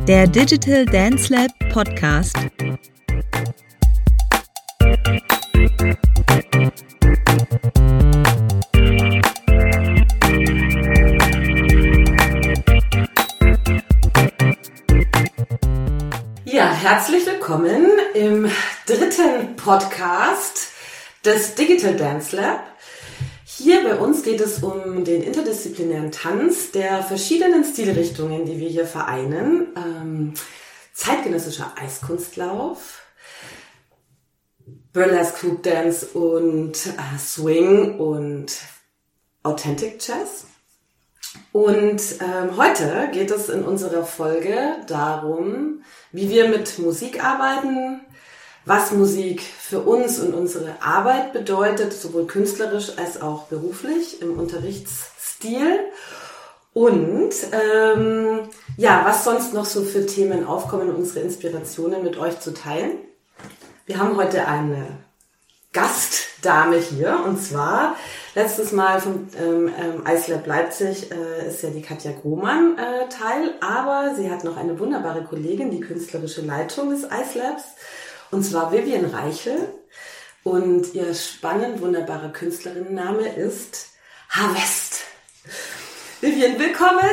Der Digital Dance Lab Podcast. Ja, herzlich willkommen im dritten Podcast des Digital Dance Lab. Hier bei uns geht es um den interdisziplinären Tanz der verschiedenen Stilrichtungen, die wir hier vereinen. Zeitgenössischer Eiskunstlauf, Burlesque Group Dance und Swing und Authentic Jazz. Und heute geht es in unserer Folge darum, wie wir mit Musik arbeiten, was Musik für uns und unsere Arbeit bedeutet, sowohl künstlerisch als auch beruflich im Unterrichtsstil. Und was sonst noch so für Themen aufkommen, unsere Inspirationen mit euch zu teilen. Wir haben heute eine Gastdame hier, und zwar letztes Mal vom Eislab Leipzig ist ja die Katja Grohmann Teil, aber sie hat noch eine wunderbare Kollegin, die künstlerische Leitung des Eislabs, und zwar Vivian Reichel, und ihr spannend wunderbarer Künstlerinnenname ist Harvest. Vivian, willkommen!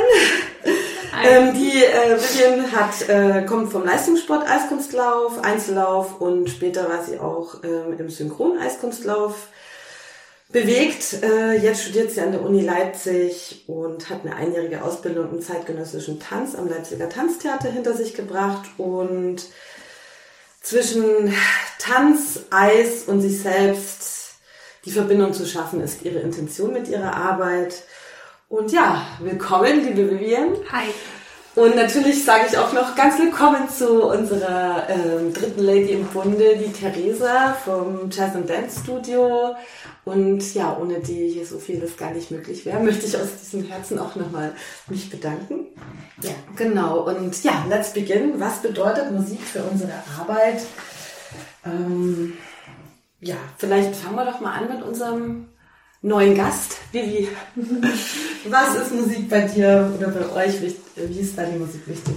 Vivian kommt vom Leistungssport Eiskunstlauf, Einzellauf, und später war sie auch im Synchron-Eiskunstlauf bewegt. Jetzt studiert sie an der Uni Leipzig und hat eine einjährige Ausbildung im zeitgenössischen Tanz am Leipziger Tanztheater hinter sich gebracht. Und zwischen Tanz, Eis und sich selbst die Verbindung zu schaffen, ist ihre Intention mit ihrer Arbeit. Und ja, willkommen, liebe Vivian. Hi. Und natürlich sage ich auch noch ganz willkommen zu unserer dritten Lady im Bunde, die Theresa vom Jazz and Dance Studio. Und ja, ohne die hier so vieles gar nicht möglich wäre, möchte ich aus diesem Herzen auch nochmal mich bedanken. Ja, genau. Und ja, let's begin. Was bedeutet Musik für unsere Arbeit? Vielleicht fangen wir doch mal an mit unserem neuen Gast. Vivi, was ist Musik bei dir oder bei euch? Wie ist da die Musik wichtig?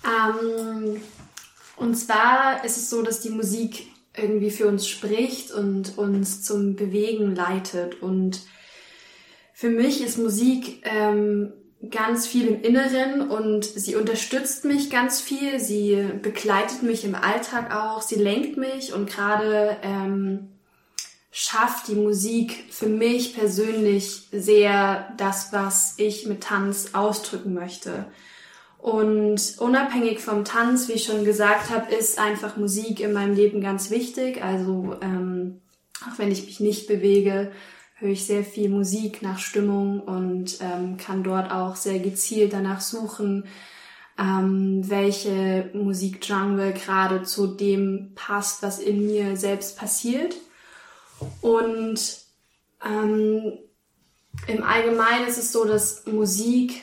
Und zwar ist es so, dass die Musik irgendwie für uns spricht und uns zum Bewegen leitet. Und für mich ist Musik ganz viel im Inneren, und sie unterstützt mich ganz viel. Sie begleitet mich im Alltag auch. Sie lenkt mich, und gerade schafft die Musik für mich persönlich sehr das, was ich mit Tanz ausdrücken möchte. Und unabhängig vom Tanz, wie ich schon gesagt habe, ist einfach Musik in meinem Leben ganz wichtig. Also auch wenn ich mich nicht bewege, höre ich sehr viel Musik nach Stimmung und kann dort auch sehr gezielt danach suchen, welche Musikgenre gerade zu dem passt, was in mir selbst passiert. Und im Allgemeinen ist es so, dass Musik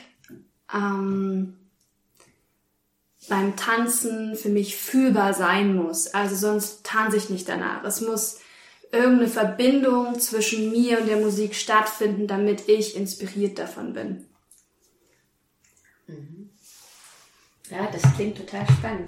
beim Tanzen für mich fühlbar sein muss. Also sonst tanze ich nicht danach. Es muss irgendeine Verbindung zwischen mir und der Musik stattfinden, damit ich inspiriert davon bin. Ja, das klingt total spannend.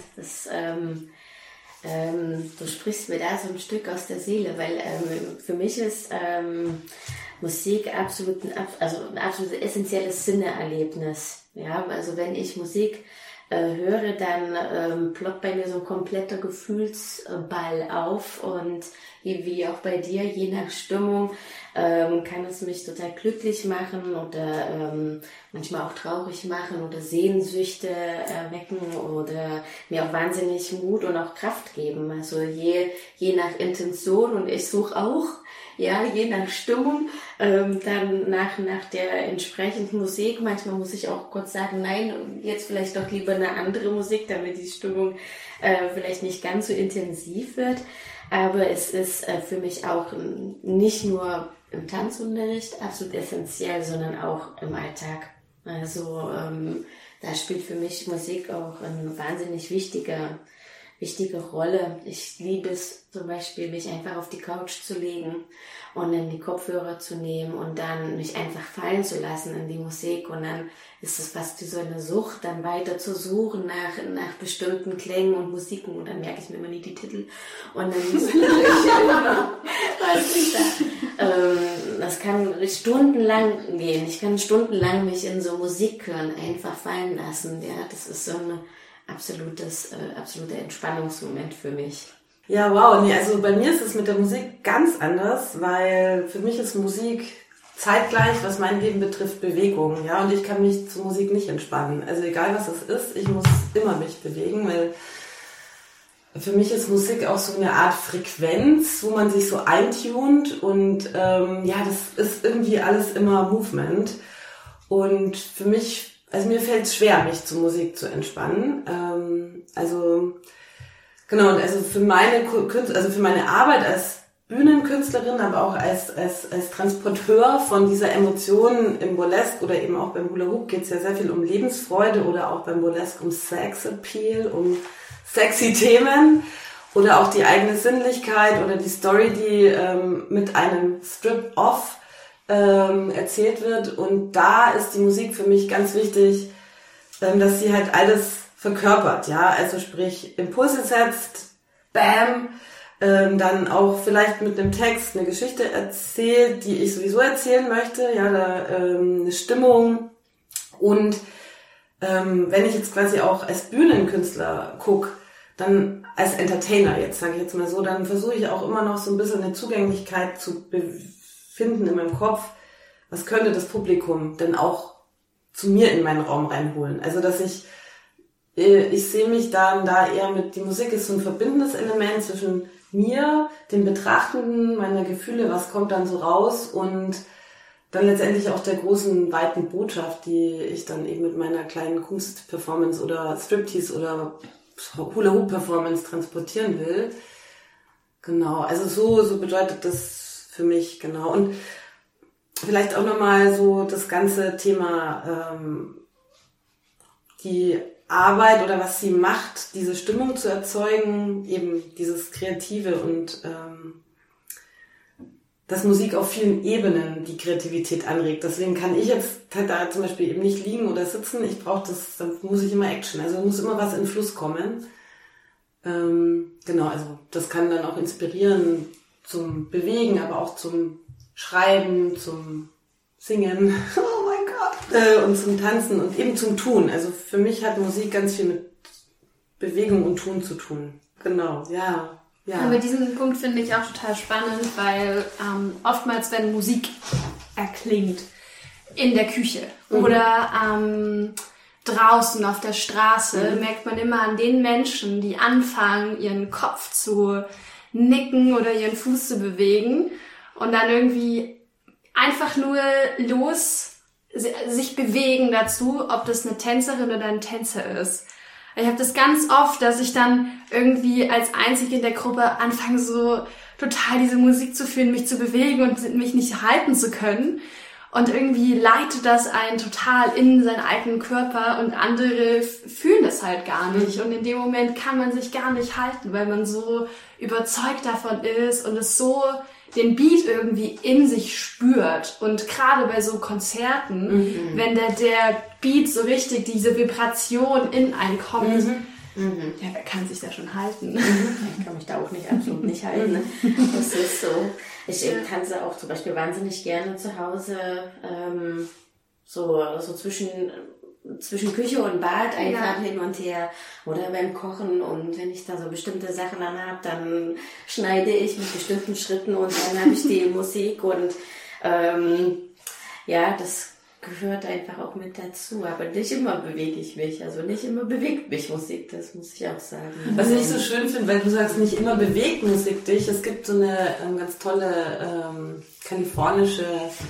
Du sprichst mir da so ein Stück aus der Seele, weil für mich ist Musik ein absolut essentielles Sinneerlebnis. Ja, also wenn ich Musik höre, dann ploppt bei mir so ein kompletter Gefühlsball auf, und wie auch bei dir, je nach Stimmung kann es mich total glücklich machen oder manchmal auch traurig machen oder Sehnsüchte erwecken oder mir auch wahnsinnig Mut und auch Kraft geben. Also je nach Intention, und ich suche auch, ja, je nach Stimmung, dann nach der entsprechenden Musik. Manchmal muss ich auch kurz sagen, nein, jetzt vielleicht doch lieber eine andere Musik, damit die Stimmung vielleicht nicht ganz so intensiv wird. Aber es ist für mich auch nicht nur im Tanzunterricht absolut essentiell, sondern auch im Alltag. Also da spielt für mich Musik auch ein wahnsinnig wichtiger wichtige Rolle. Ich liebe es zum Beispiel, mich einfach auf die Couch zu legen und dann die Kopfhörer zu nehmen und dann mich einfach fallen zu lassen in die Musik. Und dann ist es fast wie so eine Sucht, dann weiter zu suchen nach bestimmten Klängen und Musiken. Und dann merke ich mir immer nie die Titel. Und dann ist was ist da? Das kann stundenlang gehen. Ich kann stundenlang mich in so Musik hören, einfach fallen lassen. Ja, das ist so ein absoluter Entspannungsmoment für mich. Ja, wow. Nee, also bei mir ist es mit der Musik ganz anders, weil für mich ist Musik zeitgleich, was mein Leben betrifft, Bewegung. Ja, und ich kann mich zur Musik nicht entspannen. Also egal was es ist, ich muss immer mich bewegen, weil für mich ist Musik auch so eine Art Frequenz, wo man sich so eintunt und das ist irgendwie alles immer Movement. Und für mich, also mir fällt es schwer, mich zur Musik zu entspannen. Genau, und also für meine Arbeit als Bühnenkünstlerin, aber auch als Transporteur von dieser Emotion im Burlesque oder eben auch beim Hula Hoop geht es ja sehr viel um Lebensfreude oder auch beim Burlesque um Sex-Appeal, um sexy Themen oder auch die eigene Sinnlichkeit oder die Story, die mit einem Strip-Off erzählt wird. Und da ist die Musik für mich ganz wichtig, dass sie halt alles verkörpert, ja, also sprich Impulse setzt, bam, dann auch vielleicht mit einem Text eine Geschichte erzählt, die ich sowieso erzählen möchte, ja, eine Stimmung. Und wenn ich jetzt quasi auch als Bühnenkünstler gucke, dann als Entertainer jetzt, sage ich jetzt mal so, dann versuche ich auch immer noch so ein bisschen eine Zugänglichkeit zu finden in meinem Kopf. Was könnte das Publikum denn auch zu mir in meinen Raum reinholen? Also, dass ich sehe mich dann da eher mit, die Musik ist so ein verbindendes Element zwischen mir, dem Betrachtenden, meiner Gefühle, was kommt dann so raus und dann letztendlich auch der großen, weiten Botschaft, die ich dann eben mit meiner kleinen Kunstperformance oder Striptease oder Hula-Hoop-Performance transportieren will. Genau, also so bedeutet das für mich, genau. Und vielleicht auch nochmal so das ganze Thema, die Arbeit oder was sie macht, diese Stimmung zu erzeugen, eben dieses Kreative und dass Musik auf vielen Ebenen die Kreativität anregt. Deswegen kann ich jetzt halt da zum Beispiel eben nicht liegen oder sitzen. Ich brauche das, dann muss ich immer Action. Also muss immer was in Fluss kommen. Genau, also das kann dann auch inspirieren zum Bewegen, aber auch zum Schreiben, zum Singen. Oh mein Gott. Und zum Tanzen und eben zum Tun. Also für mich hat Musik ganz viel mit Bewegung und Tun zu tun. Genau, ja. Ja. Aber diesen Punkt finde ich auch total spannend, weil oftmals, wenn Musik erklingt in der Küche oder draußen auf der Straße, merkt man immer an den Menschen, die anfangen, ihren Kopf zu nicken oder ihren Fuß zu bewegen und dann irgendwie einfach nur sich bewegen dazu, ob das eine Tänzerin oder ein Tänzer ist. Ich habe das ganz oft, dass ich dann irgendwie als Einzige in der Gruppe anfange, so total diese Musik zu fühlen, mich zu bewegen und mich nicht halten zu können. Und irgendwie leitet das einen total in seinen eigenen Körper und andere fühlen das halt gar nicht. Und in dem Moment kann man sich gar nicht halten, weil man so überzeugt davon ist und es so den Beat irgendwie in sich spürt. Und gerade bei so Konzerten, wenn der Beat so richtig, diese Vibration in einen kommt, ja, wer kann sich da schon halten? Ich kann mich da auch absolut nicht halten. Ne? Das ist so. Ich tanze auch zum Beispiel wahnsinnig gerne zu Hause, so zwischen Küche und Bad einfach hin und her oder beim Kochen, und wenn ich da so bestimmte Sachen anhab, dann schneide ich mit bestimmten Schritten und dann habe ich die Musik und das gehört einfach auch mit dazu, aber nicht immer bewege ich mich, also nicht immer bewegt mich Musik, das muss ich auch sagen. Was ich so schön finde, weil du sagst, nicht immer bewegt Musik dich, es gibt so eine ganz tolle kalifornische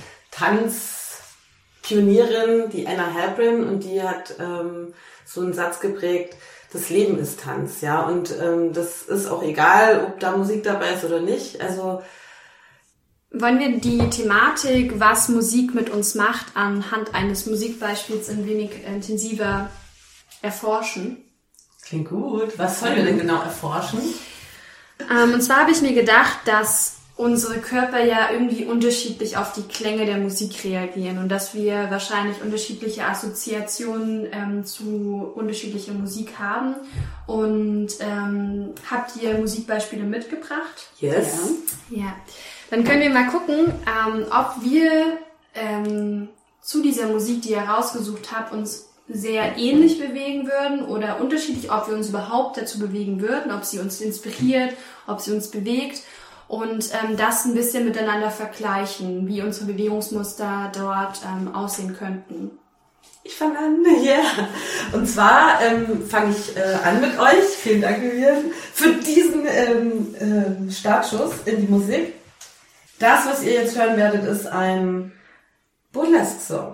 Tanzpionierin, die Anna Halprin, und die hat so einen Satz geprägt: Das Leben ist Tanz, ja, und das ist auch egal, ob da Musik dabei ist oder nicht, also. Wollen wir die Thematik, was Musik mit uns macht, anhand eines Musikbeispiels ein wenig intensiver erforschen? Klingt gut. Was sollen wir denn genau erforschen? Und zwar habe ich mir gedacht, dass unsere Körper ja irgendwie unterschiedlich auf die Klänge der Musik reagieren und dass wir wahrscheinlich unterschiedliche Assoziationen zu unterschiedlicher Musik haben. Und habt ihr Musikbeispiele mitgebracht? Yes. Ja. Dann können wir mal gucken, ob wir zu dieser Musik, die ihr rausgesucht habt, uns sehr ähnlich bewegen würden oder unterschiedlich, ob wir uns überhaupt dazu bewegen würden, ob sie uns inspiriert, ob sie uns bewegt und das ein bisschen miteinander vergleichen, wie unsere Bewegungsmuster dort aussehen könnten. Ich fange an, ja. Yeah. Und zwar fange ich an mit euch. Vielen Dank, Vivian, für diesen Startschuss in die Musik. Das, was ihr jetzt hören werdet, ist ein Burlesque-Song.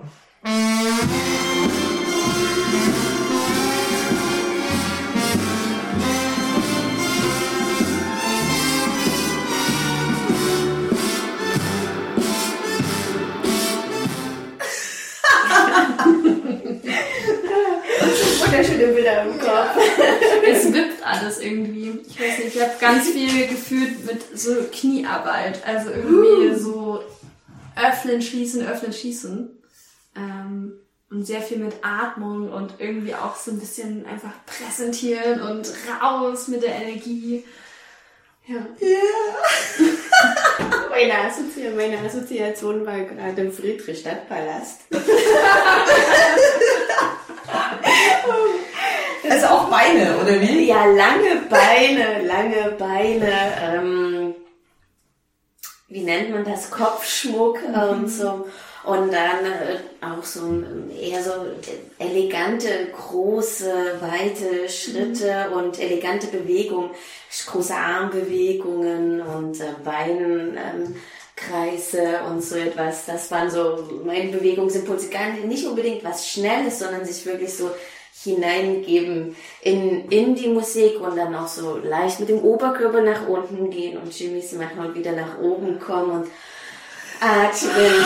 Wunderschöne Bilder im Kopf. Es wippt alles irgendwie. Ich weiß nicht, ich habe ganz viel gefühlt mit so Kniearbeit. Also irgendwie so öffnen, schließen. Und sehr viel mit Atmung und irgendwie auch so ein bisschen einfach präsentieren und raus mit der Energie. Ja. Yeah. Meine Assoziation war gerade im Friedrichstadtpalast. Also auch Beine, oder wie? Ja, lange Beine. Wie nennt man das? Kopfschmuck und so. Und dann auch so eher so elegante, große, weite Schritte und elegante Bewegungen, große Armbewegungen und Beinenkreise und so etwas. Das waren so meine Bewegungsimpulse. Gar nicht unbedingt was Schnelles, sondern sich wirklich so hineingeben in die Musik und dann auch so leicht mit dem Oberkörper nach unten gehen und Jimmys machen und wieder nach oben kommen und atmen.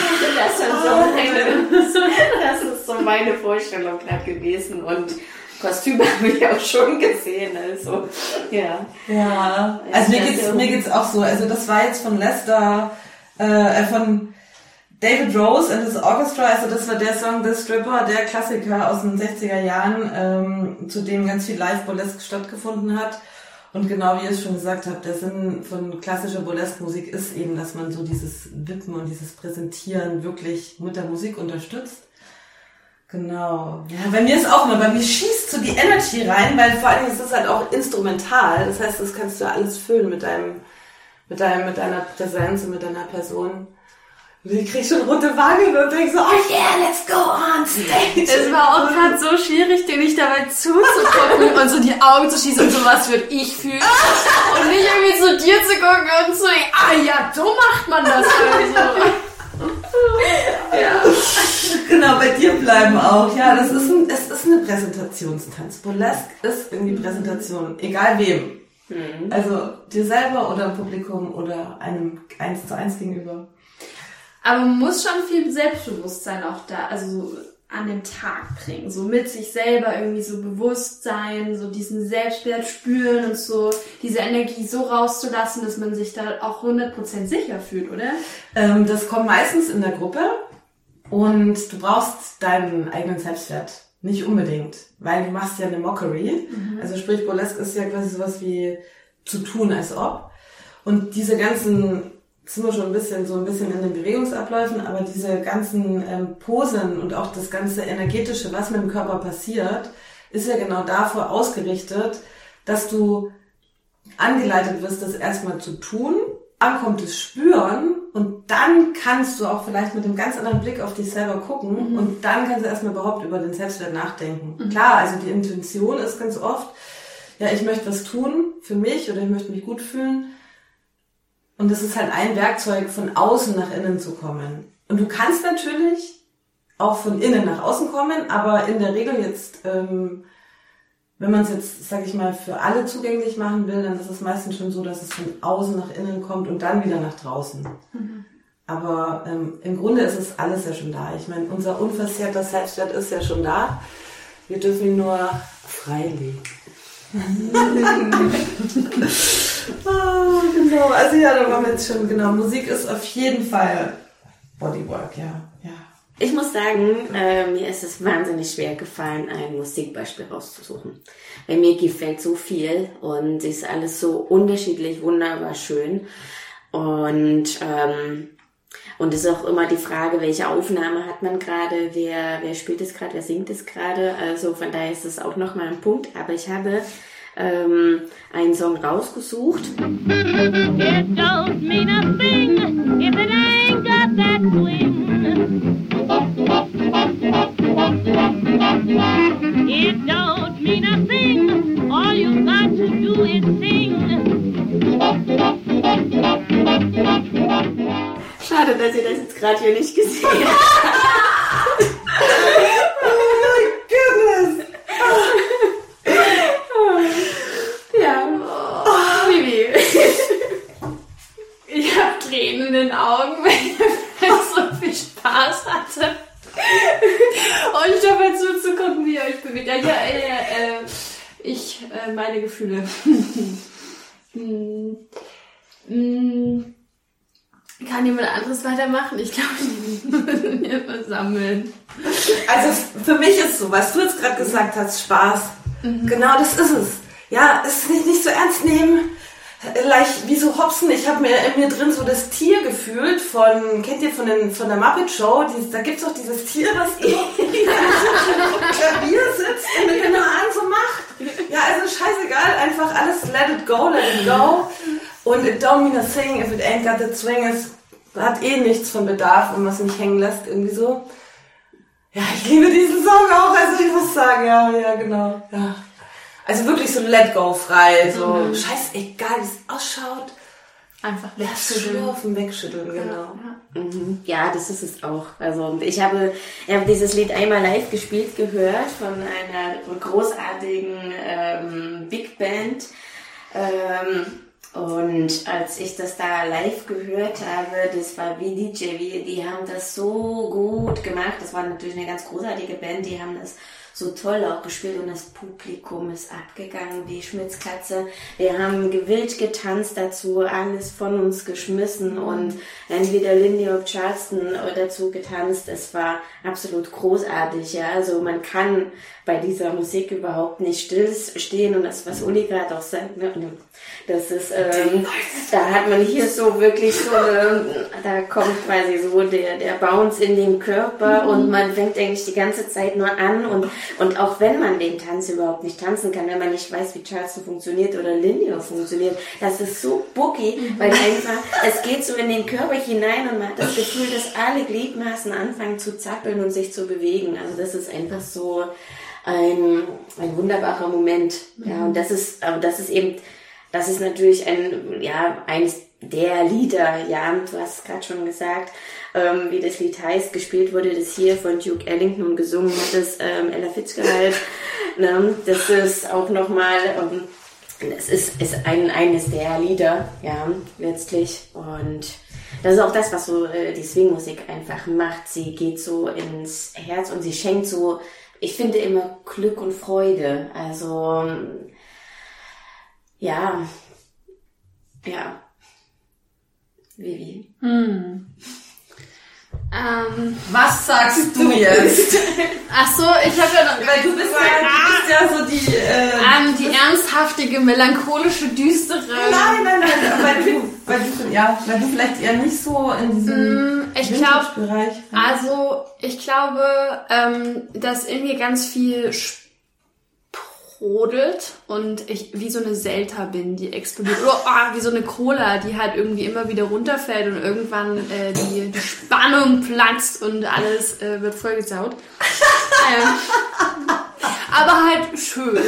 Das ist so meine Vorstellung gerade gewesen und Kostüme habe ich auch schon gesehen, also ja. Ja, also mir geht's auch so. Also das war jetzt von Lester, von David Rose and his Orchestra, also das war der Song The Stripper, der Klassiker aus den 60er Jahren, zu dem ganz viel Live-Burlesque stattgefunden hat. Und genau wie ihr es schon gesagt habt, der Sinn von klassischer Burlesque-Musik ist eben, dass man so dieses Wippen und dieses Präsentieren wirklich mit der Musik unterstützt. Genau. Ja, bei mir ist auch immer, bei mir schießt so die Energy rein, weil vor allem ist es halt auch instrumental. Das heißt, das kannst du alles füllen mit deiner Präsenz und mit deiner Person. Und ich krieg schon rote Wangen und denk so, oh yeah, let's go on stage. Es war auch gerade so schwierig, dir nicht dabei zuzugucken und so die Augen zu schließen und so, was würde ich fühlen. Und nicht irgendwie zu dir zu gucken und so, ja, so macht man das also. Ja. Genau, bei dir bleiben auch. Ja, es ist eine Präsentationstanz. Burlesque ist irgendwie Präsentation, egal wem. Also dir selber oder im Publikum oder einem 1:1 gegenüber. Aber man muss schon viel Selbstbewusstsein auch da, also an den Tag bringen, so mit sich selber irgendwie so bewusst sein, so diesen Selbstwert spüren und so diese Energie so rauszulassen, dass man sich da auch 100% sicher fühlt, oder? Das kommt meistens in der Gruppe und du brauchst deinen eigenen Selbstwert. Nicht unbedingt, weil du machst ja eine Mockery. Also sprich, Burlesque ist ja quasi sowas wie zu tun, als ob. Und diese ganzen, sind wir schon ein bisschen in den Bewegungsabläufen, aber diese ganzen Posen und auch das ganze Energetische, was mit dem Körper passiert, ist ja genau davor ausgerichtet, dass du angeleitet wirst, das erstmal zu tun, dann kommt das Spüren und dann kannst du auch vielleicht mit einem ganz anderen Blick auf dich selber gucken und dann kannst du erstmal überhaupt über den Selbstwert nachdenken. Klar, also die Intention ist ganz oft, ja, ich möchte was tun für mich oder ich möchte mich gut fühlen. Und das ist halt ein Werkzeug, von außen nach innen zu kommen. Und du kannst natürlich auch von innen nach außen kommen, aber in der Regel jetzt, wenn man es jetzt, sag ich mal, für alle zugänglich machen will, dann ist es meistens schon so, dass es von außen nach innen kommt und dann wieder nach draußen. Aber im Grunde ist es alles ja schon da. Ich meine, unser unversehrter Selbstwert ist ja schon da. Wir dürfen ihn nur freilegen. Oh, genau. Also ja, da waren wir jetzt schon, genau. Musik ist auf jeden Fall Bodywork, ja. Ich muss sagen, mir ist es wahnsinnig schwer gefallen, ein Musikbeispiel rauszusuchen. Weil mir gefällt so viel und ist alles so unterschiedlich, wunderbar schön. Und es ist auch immer die Frage, welche Aufnahme hat man gerade, wer spielt es gerade, wer singt es gerade. Also von daher ist es auch nochmal ein Punkt. Aber ich habe einen Song rausgesucht. It don't mean a thing if it ain't got that swing. It don't mean a thing, all you got to do is sing. Schade, dass ihr das jetzt gerade hier nicht gesehen habt. Oh my goodness! Ja. Bibi. Ich habe Tränen in den Augen, weil ich so viel Spaß hatte. Und ich habe jetzt zuzugucken, wie ihr euch bewegt. Meine Gefühle. Kann jemand anderes weitermachen? Ich glaube, ich muss mir versammeln. Also für mich ist so, was du jetzt gerade gesagt hast, Spaß. Genau das ist es. Ja, es ist nicht so ernst nehmen. Leicht wie so Hobson, ich habe mir in mir drin so das Tier gefühlt kennt ihr von der Muppet Show, da gibt's doch dieses Tier, das am Klavier sitzt und mit den Haaren so macht. Ja, also scheißegal, einfach alles let it go. Und it don't mean a thing if it ain't got that swing. Es hat nichts von Bedarf, wenn man es nicht hängen lässt, irgendwie so. Ja, ich liebe diesen Song auch, also ich muss sagen, ja, genau, ja. Also wirklich so let go frei, so scheißegal, wie es ausschaut. Einfach wegschütteln. Wegschütteln, genau. Ja, das ist es auch. Also ich habe dieses Lied einmal live gespielt gehört von einer großartigen Big Band. Und als ich das da live gehört habe, das war wie DJ, die haben das so gut gemacht. Das war natürlich eine ganz großartige Band, die haben das so toll auch gespielt und das Publikum ist abgegangen wie Schmitzkatze. Wir haben gewillt getanzt dazu, alles von uns geschmissen und entweder Lindy oder Charleston dazu getanzt. Es war absolut großartig, ja. Also man kann bei dieser Musik überhaupt nicht stillstehen und das, was Uli gerade auch sagt, ne, das ist, da hat man hier so wirklich so, da kommt quasi so der Bounce in den Körper und man fängt eigentlich die ganze Zeit nur an und auch wenn man den Tanz überhaupt nicht tanzen kann, wenn man nicht weiß, wie Charleston funktioniert oder Lindy funktioniert, das ist so boogie, weil einfach, es geht so in den Körper hinein und man hat das Gefühl, dass alle Gliedmaßen anfangen zu zappeln und sich zu bewegen. Also das ist einfach so ein wunderbarer Moment. Ja, und das ist natürlich eines der Lieder, ja, du hast gerade schon gesagt, wie das Lied heißt, gespielt wurde das hier von Duke Ellington und gesungen hat das Ella Fitzgerald. Ne? Das ist auch nochmal, es ist eines der Lieder, ja, letztlich. Und das ist auch das, was so die Swing-Musik einfach macht. Sie geht so ins Herz und sie schenkt so, ich finde immer Glück und Freude. Also, ja. Vivi. Was sagst du jetzt? Ach so, ich habe ja noch... Weil du bist ja so die... die ernsthaftige, melancholische, düstere... Nein, weil du vielleicht eher nicht so in diesem Vintage-Bereich... Also, ich glaube, dass in mir ganz viel sprudelt und ich wie so eine Selta bin, die explodiert. Oder wie so eine Cola, die halt irgendwie immer wieder runterfällt und irgendwann die Spannung platzt und alles wird vollgesaut. Aber halt schön.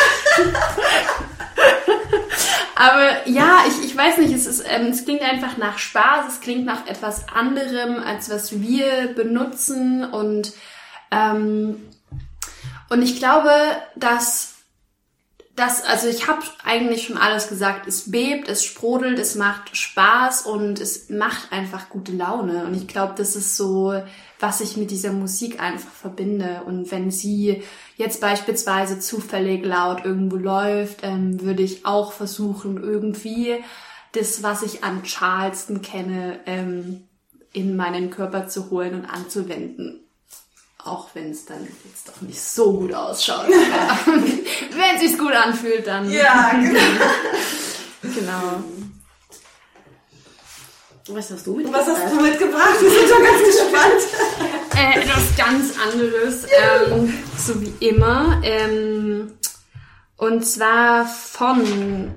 Aber ja, ich weiß nicht, es klingt einfach nach Spaß, es klingt nach etwas anderem, als was wir benutzen und ich glaube, dass Also ich habe eigentlich schon alles gesagt. Es bebt, es sprudelt, es macht Spaß und es macht einfach gute Laune. Und ich glaube, das ist so, was ich mit dieser Musik einfach verbinde. Und wenn sie jetzt beispielsweise zufällig laut irgendwo läuft, würde ich auch versuchen, irgendwie das, was ich an Charleston kenne, in meinen Körper zu holen und anzuwenden. Auch wenn es dann jetzt doch nicht so gut ausschaut. Wenn es sich gut anfühlt, dann... Ja, genau. Genau. Was hast du mitgebracht? Was hast du mitgebracht? Wir sind schon ganz gespannt. Etwas ganz anderes, so wie immer. Und zwar von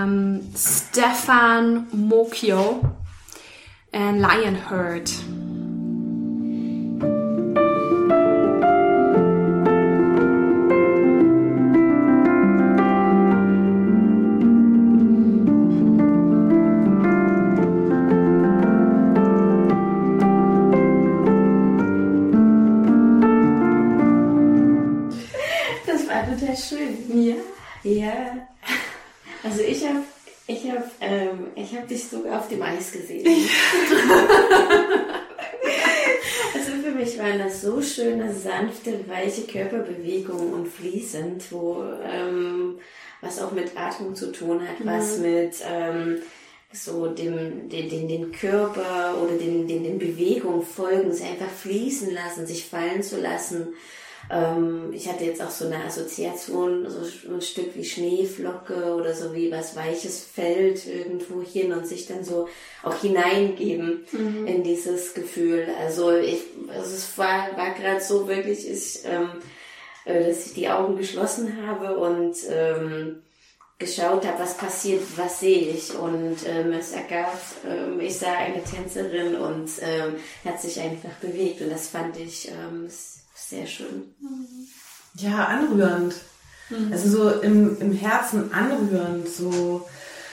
Stefan Mocchio, Lionheart. Schön. Ja. Ja. Also ich hab dich sogar auf dem Eis gesehen. Also für mich waren das so schöne, sanfte, weiche Körperbewegungen und fließend, was auch mit Atmung zu tun hat, was mit so den Körper oder den Bewegungen folgen, sie einfach fließen lassen, sich fallen zu lassen. Ich hatte jetzt auch so eine Assoziation, so ein Stück wie Schneeflocke oder so wie was Weiches fällt irgendwo hin und sich dann so auch hineingeben in dieses Gefühl. Also es war gerade so wirklich, dass ich die Augen geschlossen habe und geschaut habe, was passiert, was sehe ich. Und es ergab, ich sah eine Tänzerin und hat sich einfach bewegt und das fand ich sehr schön. Ja, anrührend. Also so im Herzen anrührend, so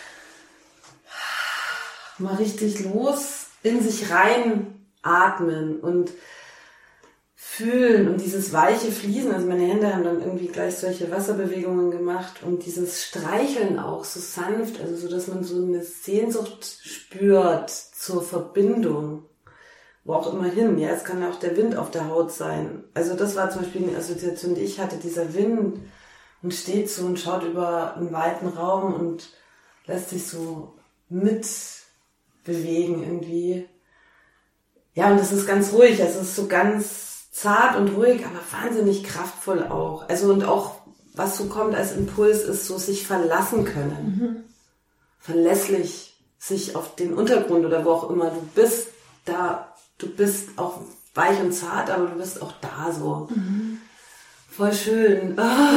mal richtig los in sich rein atmen und fühlen und dieses weiche Fließen. Also meine Hände haben dann irgendwie gleich solche Wasserbewegungen gemacht und dieses Streicheln auch so sanft, also so, dass man so eine Sehnsucht spürt zur Verbindung. Wo auch immer hin, ja, es kann ja auch der Wind auf der Haut sein. Also das war zum Beispiel eine Assoziation, die ich hatte, dieser Wind und steht so und schaut über einen weiten Raum und lässt sich so mitbewegen irgendwie. Ja, und das ist ganz ruhig, also es ist so ganz zart und ruhig, aber wahnsinnig kraftvoll auch. Also und auch, was so kommt als Impuls, ist so sich verlassen können. Verlässlich sich auf den Untergrund oder wo auch immer du bist, da. Du bist auch weich und zart, aber du bist auch da so. Voll schön.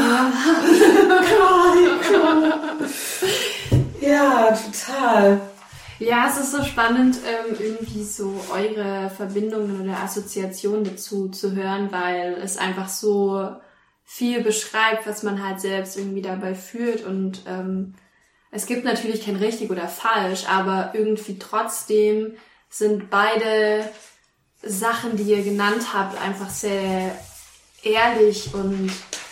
Ja, total. Ja, es ist so spannend, irgendwie so eure Verbindungen oder Assoziationen dazu zu hören, weil es einfach so viel beschreibt, was man halt selbst irgendwie dabei fühlt und es gibt natürlich kein richtig oder falsch, aber irgendwie trotzdem sind beide Sachen, die ihr genannt habt, einfach sehr ehrlich und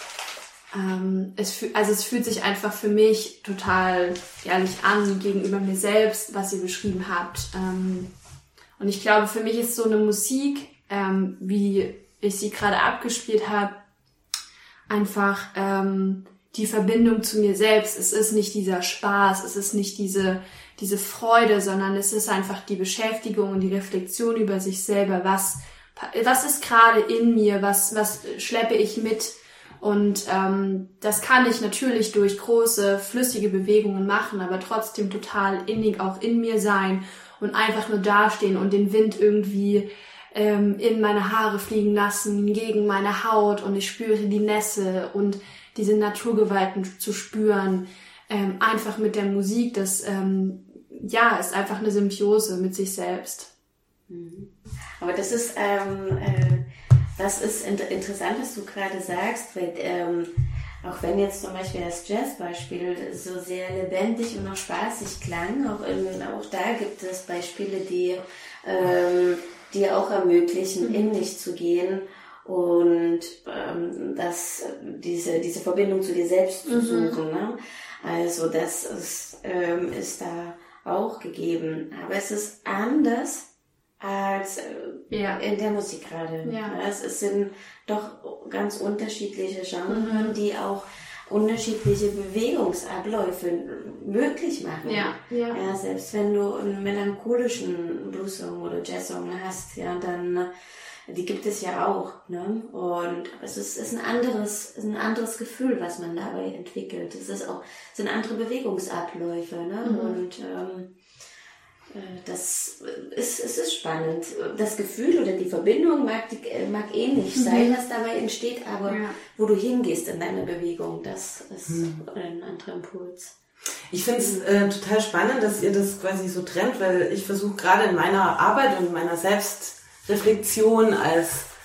es fühlt sich einfach für mich total ehrlich an gegenüber mir selbst, was ihr beschrieben habt. Und ich glaube, für mich ist so eine Musik, wie ich sie gerade abgespielt habe, einfach die Verbindung zu mir selbst. Es ist nicht dieser Spaß, es ist nicht diese Freude, sondern es ist einfach die Beschäftigung und die Reflexion über sich selber. Was ist gerade in mir? Was schleppe ich mit? Und das kann ich natürlich durch große, flüssige Bewegungen machen, aber trotzdem total innig auch in mir sein und einfach nur dastehen und den Wind irgendwie in meine Haare fliegen lassen, gegen meine Haut und ich spüre die Nässe und diese Naturgewalten zu spüren. Einfach mit der Musik, das ist einfach eine Symbiose mit sich selbst. Aber das ist interessant, was du gerade sagst, weil auch wenn jetzt zum Beispiel das Jazzbeispiel so sehr lebendig und auch spaßig klang, auch da gibt es Beispiele, die auch ermöglichen, in dich zu gehen und das diese Verbindung zu dir selbst zu suchen. Ne? Also das ist da auch gegeben. Aber es ist anders als in der Musik gerade. Ja. Es sind doch ganz unterschiedliche Genres, die auch unterschiedliche Bewegungsabläufe möglich machen. Ja. Selbst wenn du einen melancholischen Blues-Song oder Jazz-Song hast, dann die gibt es ja auch, ne? Und es ist ein anderes Gefühl, was man dabei entwickelt. Es sind andere Bewegungsabläufe, ne? Und es ist spannend. Das Gefühl oder die Verbindung mag ähnlich sein, was dabei entsteht, aber wo du hingehst in deiner Bewegung, das ist ein anderer Impuls. Ich finde es total spannend, dass ihr das quasi so trennt, weil ich versuche gerade in meiner Arbeit und meiner Selbstreflexion als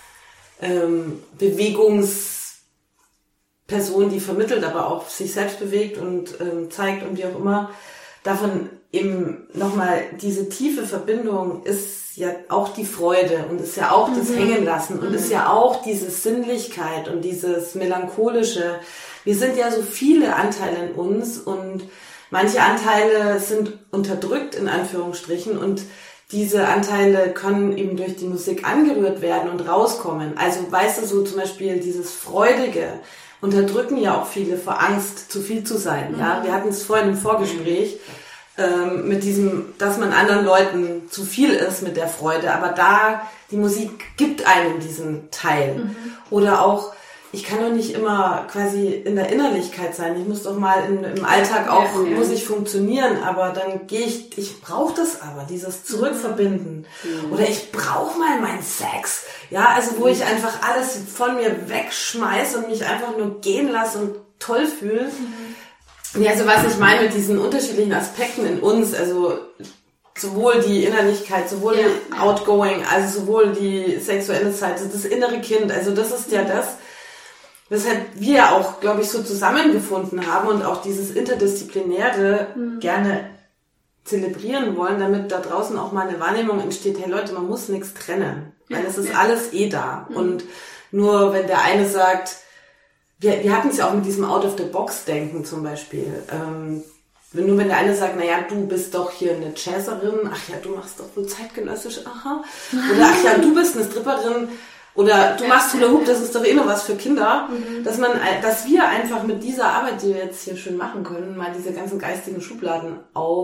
Bewegungsperson, die vermittelt, aber auch sich selbst bewegt und zeigt und wie auch immer, davon eben nochmal diese tiefe Verbindung ist ja auch die Freude und ist ja auch das Hängenlassen und ist ja auch diese Sinnlichkeit und dieses Melancholische. Wir sind ja so viele Anteile in uns und manche Anteile sind unterdrückt in Anführungsstrichen und diese Anteile können eben durch die Musik angerührt werden und rauskommen. Also weißt du, so zum Beispiel dieses Freudige unterdrücken ja auch viele vor Angst, zu viel zu sein. Ja, wir hatten es vorhin im Vorgespräch mit diesem, dass man anderen Leuten zu viel ist mit der Freude, aber die Musik gibt einem diesen Teil. Oder auch, ich kann doch nicht immer quasi in der Innerlichkeit sein. Ich muss doch mal im Alltag auch, muss ich funktionieren, aber dann ich brauche das aber, dieses Zurückverbinden. Oder ich brauche mal meinen Sex. Ja, also wo ich einfach alles von mir wegschmeiße und mich einfach nur gehen lasse und toll fühle. Ja, also was ich meine mit diesen unterschiedlichen Aspekten in uns, also sowohl die Innerlichkeit, sowohl die Outgoing, also sowohl die sexuelle Seite, das innere Kind, also das ist ja das, weshalb wir auch, glaube ich, so zusammengefunden haben und auch dieses Interdisziplinäre gerne zelebrieren wollen, damit da draußen auch mal eine Wahrnehmung entsteht, hey Leute, man muss nichts trennen, weil es ist alles da. Und nur wenn der eine sagt, wir hatten es ja auch mit diesem Out-of-the-Box-Denken zum Beispiel, wenn der eine sagt, naja, du bist doch hier eine Jazzerin, ach ja, du machst doch wohl zeitgenössisch, aha, oder ach ja, du bist eine Stripperin, oder du machst Hula Hoop, das ist doch eh noch was für Kinder, dass wir einfach mit dieser Arbeit, die wir jetzt hier schön machen können, mal diese ganzen geistigen Schubladen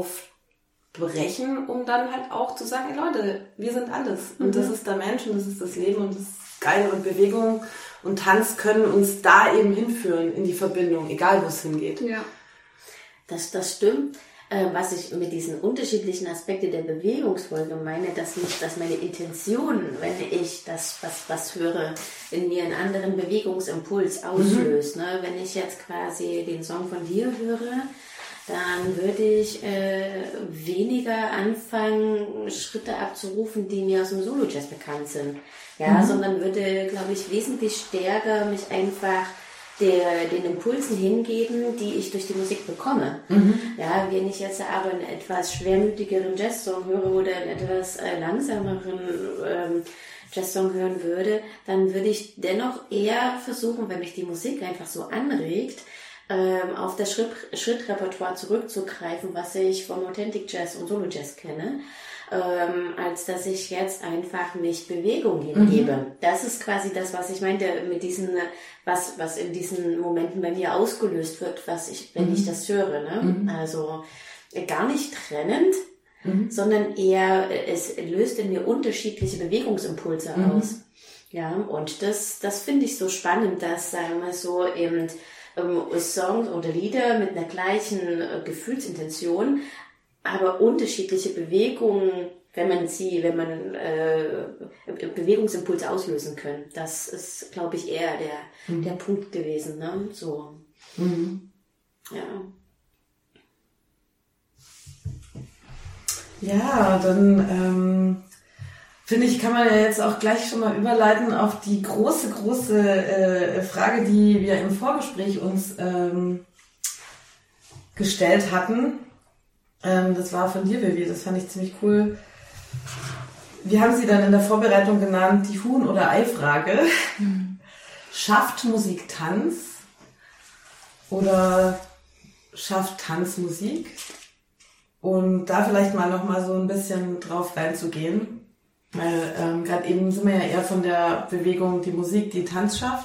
aufbrechen, um dann halt auch zu sagen, hey Leute, wir sind alles. Und das ist der Mensch und das ist das Leben und das ist geil und Bewegung und Tanz können uns da eben hinführen in die Verbindung, egal wo es hingeht. Ja. Das stimmt. Was ich mit diesen unterschiedlichen Aspekten der Bewegungsfolge meine, dass meine Intention, wenn ich das was höre, in mir einen anderen Bewegungsimpuls auslöst. Ne? Wenn ich jetzt quasi den Song von dir höre, dann würde ich weniger anfangen, Schritte abzurufen, die mir aus dem Solo-Jazz bekannt sind. Ja, sondern würde, glaube ich, wesentlich stärker mich einfach den Impulsen hingeben, die ich durch die Musik bekomme. Ja, wenn ich jetzt aber einen etwas schwermütigeren Jazzsong höre oder einen etwas langsameren Jazzsong hören würde, dann würde ich dennoch eher versuchen, wenn mich die Musik einfach so anregt, auf das Schrittrepertoire zurückzugreifen, was ich vom Authentic Jazz und Solo Jazz kenne, als dass ich jetzt einfach mich Bewegung hingebe. Das ist quasi das, was ich meinte mit diesen, was in diesen Momenten bei mir ausgelöst wird, wenn ich das höre, ne? Also gar nicht trennend, sondern eher, es löst in mir unterschiedliche Bewegungsimpulse aus. Ja, und das finde ich so spannend, dass, sagen wir so, eben Songs oder Lieder mit einer gleichen Gefühlsintention, aber unterschiedliche Bewegungen, wenn man Bewegungsimpulse auslösen können. Das ist, glaube ich, eher der Punkt gewesen, ne? So. Ja. Ja, dann finde ich, kann man ja jetzt auch gleich schon mal überleiten auf die große Frage, die wir im Vorgespräch uns gestellt hatten. Das war von dir, Vivi, das fand ich ziemlich cool. Wir haben sie dann in der Vorbereitung genannt, die Huhn- oder Ei-Frage. Schafft Musik Tanz oder schafft Tanz Musik? Und da vielleicht mal nochmal so ein bisschen drauf reinzugehen. Weil gerade eben sind wir ja eher von der Bewegung die Musik, die Tanz schafft.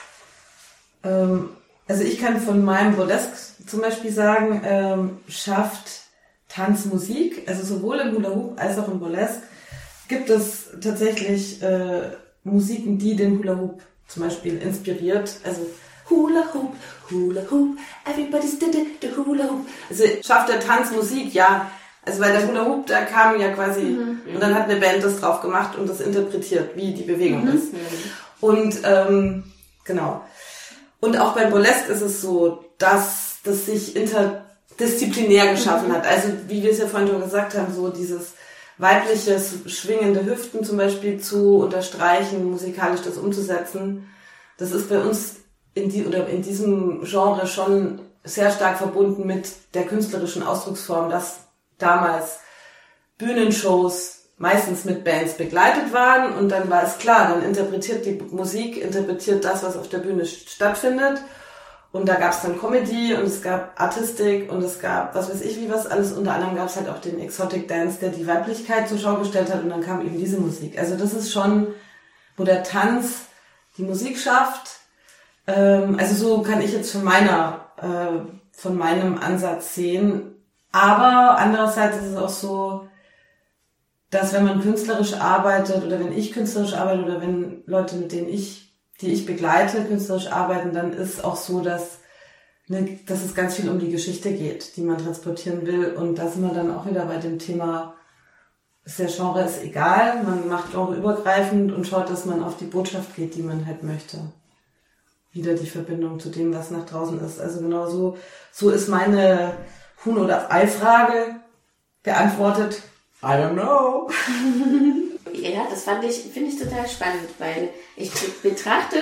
Also ich kann von meinem Burlesque zum Beispiel sagen, schafft Tanz Musik, also sowohl im Hula Hoop als auch im Burlesque gibt es tatsächlich Musiken, die den Hula Hoop zum Beispiel inspiriert. Also Hula Hoop, everybody's did it, the Hula Hoop. Also schafft der Tanz Musik, ja. Also weil der Hula Hoop, da kam ja quasi, und dann hat eine Band das drauf gemacht und das interpretiert, wie die Bewegung ist. Und genau. Und auch beim Burlesque ist es so, dass das sich interdisziplinär geschaffen hat. Also wie wir es ja vorhin schon gesagt haben, so dieses weibliche, schwingende Hüften zum Beispiel zu unterstreichen, musikalisch das umzusetzen. Das ist bei uns in diesem Genre schon sehr stark verbunden mit der künstlerischen Ausdrucksform, dass damals Bühnenshows meistens mit Bands begleitet waren und dann war es klar, dann interpretiert die Musik, interpretiert das, was auf der Bühne stattfindet und da gab es dann Comedy und es gab Artistik und es gab was weiß ich wie was alles, unter anderem gab es halt auch den Exotic Dance, der die Weiblichkeit zur Schau gestellt hat und dann kam eben diese Musik. Also das ist schon, wo der Tanz die Musik schafft. Also so kann ich jetzt von meinem Ansatz sehen. Aber andererseits ist es auch so, dass wenn man künstlerisch arbeitet oder wenn ich künstlerisch arbeite oder wenn Leute, die ich begleite, künstlerisch arbeiten, dann ist auch so, dass es ganz viel um die Geschichte geht, die man transportieren will. Und da sind wir dann auch wieder bei dem Thema, der Genre ist egal, man macht genreübergreifend und schaut, dass man auf die Botschaft geht, die man halt möchte. Wieder die Verbindung zu dem, was nach draußen ist. Also genau so ist meine Huhn- oder Ei-Frage beantwortet. I don't know. Ja, das finde ich total spannend, weil ich betrachte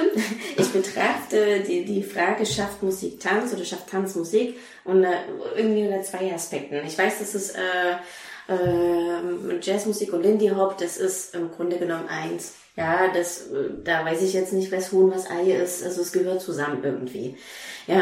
die Frage, schafft Musik Tanz oder schafft Tanz Musik und irgendwie unter zwei Aspekten. Ich weiß, dass es Jazzmusik und Lindy Hop, das ist im Grunde genommen eins. Ja, da weiß ich jetzt nicht, was Huhn, was Ei ist. Also es gehört zusammen irgendwie. Ja,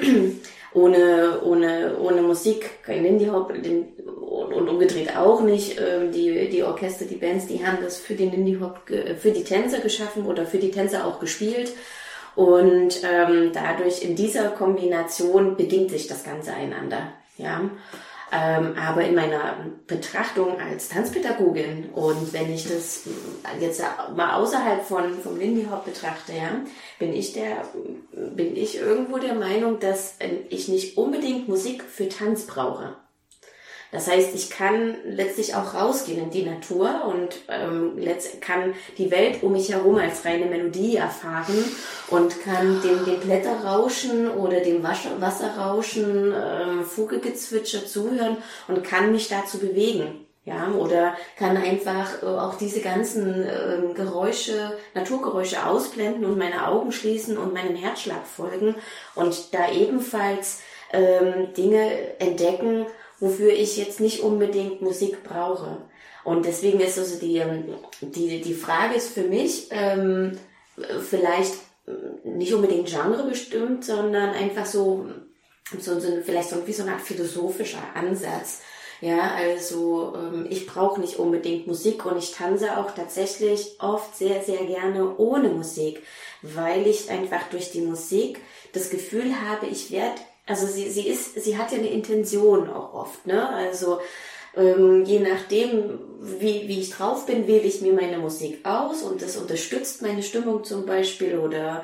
ohne Musik kein Lindy Hop und umgedreht auch nicht. Die Orchester, die Bands, die haben das für den Lindy Hop, für die Tänzer geschaffen oder für die Tänzer auch gespielt. Und dadurch in dieser Kombination bedingt sich das Ganze einander. Ja. Aber in meiner Betrachtung als Tanzpädagogin und wenn ich das jetzt mal außerhalb vom Lindy Hop betrachte, ja, bin ich irgendwo der Meinung, dass ich nicht unbedingt Musik für Tanz brauche. Das heißt, ich kann letztlich auch rausgehen in die Natur und kann die Welt um mich herum als reine Melodie erfahren und kann dem Blätterrauschen oder dem Wasserrauschen, Vogelgezwitscher zuhören und kann mich dazu bewegen. Ja, oder kann einfach auch diese ganzen Naturgeräusche ausblenden und meine Augen schließen und meinem Herzschlag folgen und da ebenfalls Dinge entdecken, wofür ich jetzt nicht unbedingt Musik brauche. Und deswegen ist also die Frage ist für mich vielleicht nicht unbedingt genrebestimmt, sondern einfach vielleicht wie so eine Art philosophischer Ansatz. Ja, also ich brauche nicht unbedingt Musik und ich tanze auch tatsächlich oft sehr, sehr gerne ohne Musik, weil ich einfach durch die Musik das Gefühl habe, also sie hat ja eine Intention auch oft, ne? Also je nachdem, wie ich drauf bin, wähle ich mir meine Musik aus und das unterstützt meine Stimmung zum Beispiel oder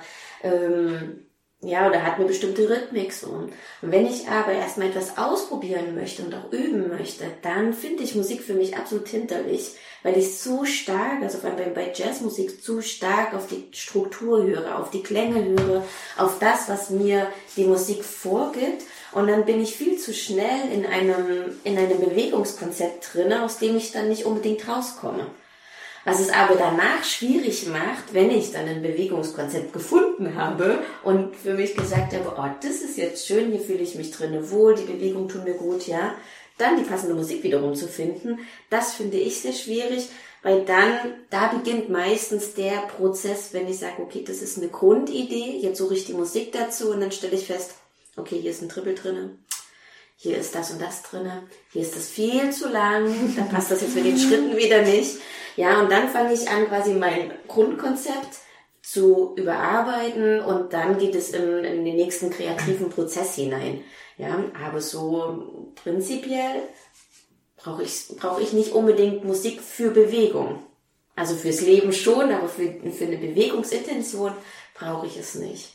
hat eine bestimmte Rhythmik so. Und wenn ich aber erstmal etwas ausprobieren möchte und auch üben möchte, dann finde ich Musik für mich absolut hinderlich, weil ich zu stark, also vor allem bei Jazzmusik, zu stark auf die Struktur höre, auf die Klänge höre, auf das, was mir die Musik vorgibt. Und dann bin ich viel zu schnell in einem Bewegungskonzept drin, aus dem ich dann nicht unbedingt rauskomme. Was es aber danach schwierig macht, wenn ich dann ein Bewegungskonzept gefunden habe und für mich gesagt habe, oh, das ist jetzt schön, hier fühle ich mich drinne wohl, die Bewegung tut mir gut, ja. Dann die passende Musik wiederum zu finden, das finde ich sehr schwierig, weil da beginnt meistens der Prozess, wenn ich sage, okay, das ist eine Grundidee, jetzt suche ich die Musik dazu und dann stelle ich fest, okay, hier ist ein Triple drinne, hier ist das und das drinne, hier ist das viel zu lang, dann passt das jetzt mit den Schritten wieder nicht. Ja, und dann fange ich an, quasi mein Grundkonzept zu überarbeiten und dann geht es in den nächsten kreativen Prozess hinein. Ja, aber so prinzipiell brauche ich nicht unbedingt Musik für Bewegung. Also fürs Leben schon, aber für eine Bewegungsintention brauche ich es nicht.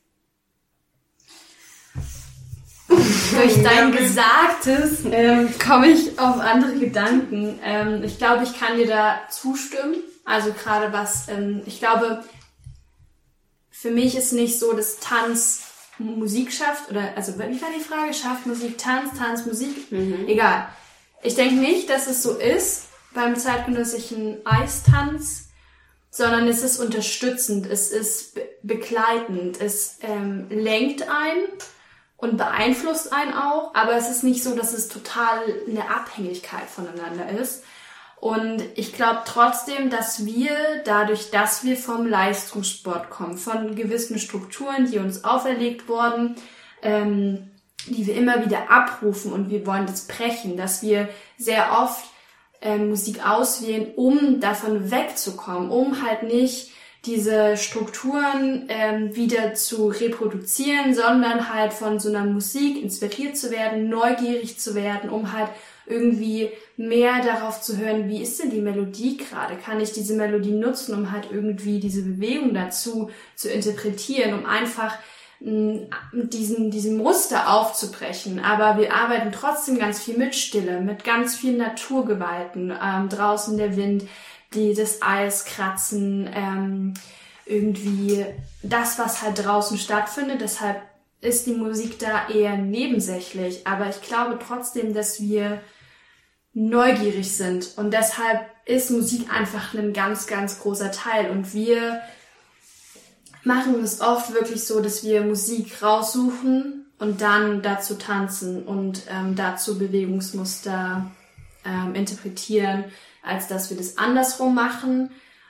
Durch dein Gesagtes komme ich auf andere Gedanken. Ich glaube, ich kann dir da zustimmen. Also gerade was, ich glaube, für mich ist nicht so, dass Tanz Musik schafft, oder, also wie war die Frage? Schafft Musik Tanz, Tanz Musik? Egal. Ich denke nicht, dass es so ist beim zeitgenössischen Eistanz, sondern es ist unterstützend, es ist begleitend, es lenkt ein und beeinflusst einen auch, aber es ist nicht so, dass es total eine Abhängigkeit voneinander ist. Und ich glaube trotzdem, dass wir, dadurch, dass wir vom Leistungssport kommen, von gewissen Strukturen, die uns auferlegt wurden, die wir immer wieder abrufen und wir wollen das brechen, dass wir sehr oft Musik auswählen, um davon wegzukommen, um halt nicht diese Strukturen wieder zu reproduzieren, sondern halt von so einer Musik inspiriert zu werden, neugierig zu werden, um halt irgendwie mehr darauf zu hören, wie ist denn die Melodie gerade? Kann ich diese Melodie nutzen, um halt irgendwie diese Bewegung dazu zu interpretieren, um einfach diesen Muster aufzubrechen. Aber wir arbeiten trotzdem ganz viel mit Stille, mit ganz vielen Naturgewalten, draußen der Wind, das Eis kratzen, irgendwie das, was halt draußen stattfindet. Deshalb ist die Musik da eher nebensächlich. Aber ich glaube trotzdem, dass wir neugierig sind. Und deshalb ist Musik einfach ein ganz, ganz großer Teil. Und wir machen es oft wirklich so, dass wir Musik raussuchen und dann dazu tanzen und dazu Bewegungsmuster interpretieren, als dass wir das andersrum machen.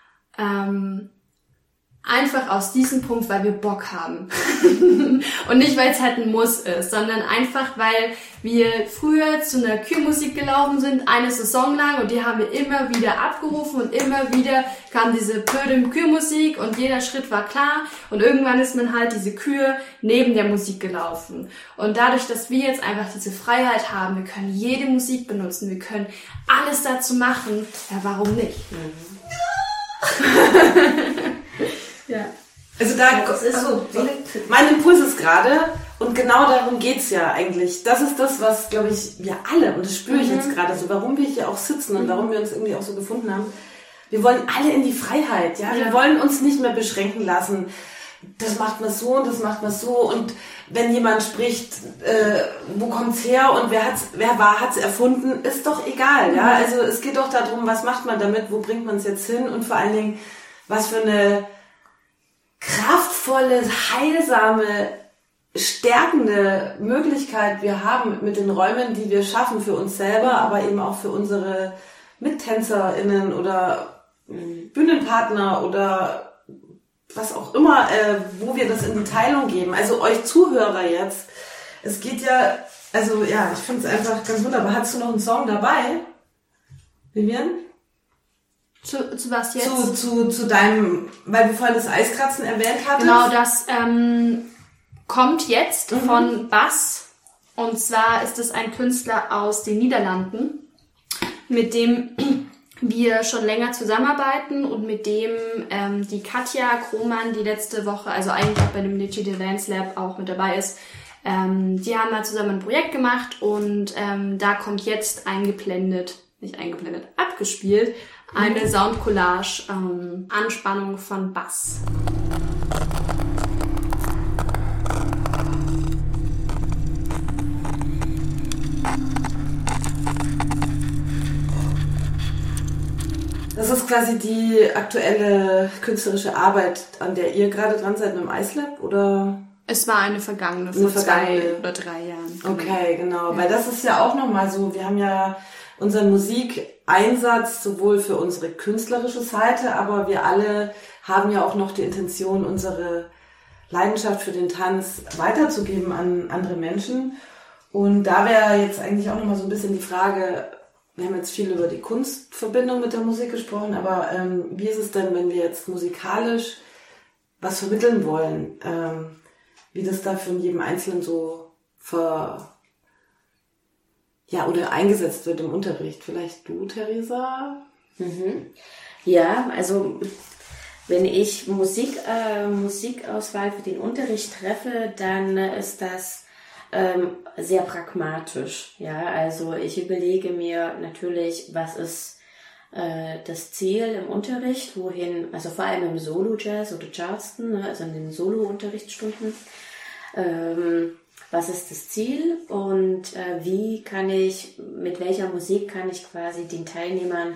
Einfach aus diesem Punkt, weil wir Bock haben. Und nicht, weil es halt ein Muss ist, sondern einfach, weil wir früher zu einer Kürmusik gelaufen sind, eine Saison lang, und die haben wir immer wieder abgerufen und immer wieder kam diese blöde Kürmusik und jeder Schritt war klar und irgendwann ist man halt diese Kür neben der Musik gelaufen. Und dadurch, dass wir jetzt einfach diese Freiheit haben, wir können jede Musik benutzen, wir können alles dazu machen, ja, warum nicht? Ja. Also mein Impuls ist gerade, und genau darum geht's ja eigentlich. Das ist das, was, glaube ich, wir alle, und das spüre ich jetzt gerade so, warum wir hier auch sitzen und warum wir uns irgendwie auch so gefunden haben. Wir wollen alle in die Freiheit, ja. Wir wollen uns nicht mehr beschränken lassen. Das macht man so und das macht man so. Und wenn jemand spricht, wo kommt's her und wer hat's erfunden, ist doch egal, ja. Also es geht doch darum, was macht man damit, wo bringt man es jetzt hin und vor allen Dingen, was für eine kraftvolle, heilsame, stärkende Möglichkeit wir haben mit den Räumen, die wir schaffen für uns selber, aber eben auch für unsere MittänzerInnen oder Bühnenpartner oder was auch immer, wo wir das in die Teilung geben. Also euch Zuhörer jetzt, es geht ja, also ja, ich finde es einfach ganz wunderbar. Hast du noch einen Song dabei, Vivian? Zu was jetzt? Zu deinem, weil du vorhin das Eiskratzen erwähnt hattest. Genau, das kommt jetzt von Bass. Und zwar ist es ein Künstler aus den Niederlanden, mit dem wir schon länger zusammenarbeiten und mit dem die Katja Krohmann, die letzte Woche, also eigentlich auch bei dem Digital Dance Lab auch mit dabei ist, die haben mal zusammen ein Projekt gemacht und da kommt jetzt abgespielt, eine Soundcollage, Anspannung von Bass. Das ist quasi die aktuelle künstlerische Arbeit, an der ihr gerade dran seid mit dem Eislab, oder? Es war eine vergangene, vor 2 oder 3 Jahren. Okay, genau. Ja. Weil das ist ja auch nochmal so, wir haben ja unseren Musikeinsatz sowohl für unsere künstlerische Seite, aber wir alle haben ja auch noch die Intention, unsere Leidenschaft für den Tanz weiterzugeben an andere Menschen. Und da wäre jetzt eigentlich auch nochmal so ein bisschen die Frage, wir haben jetzt viel über die Kunstverbindung mit der Musik gesprochen, aber wie ist es denn, wenn wir jetzt musikalisch was vermitteln wollen? Wie das da von jedem Einzelnen so oder eingesetzt wird im Unterricht. Vielleicht du, Theresa? Ja, also wenn ich Musikauswahl für den Unterricht treffe, dann ist das sehr pragmatisch. Ja, also ich überlege mir natürlich, was ist das Ziel im Unterricht, wohin, also vor allem im Solo-Jazz oder Charleston, ne, also in den Solo-Unterrichtsstunden, was ist das Ziel und mit welcher Musik kann ich quasi den Teilnehmern,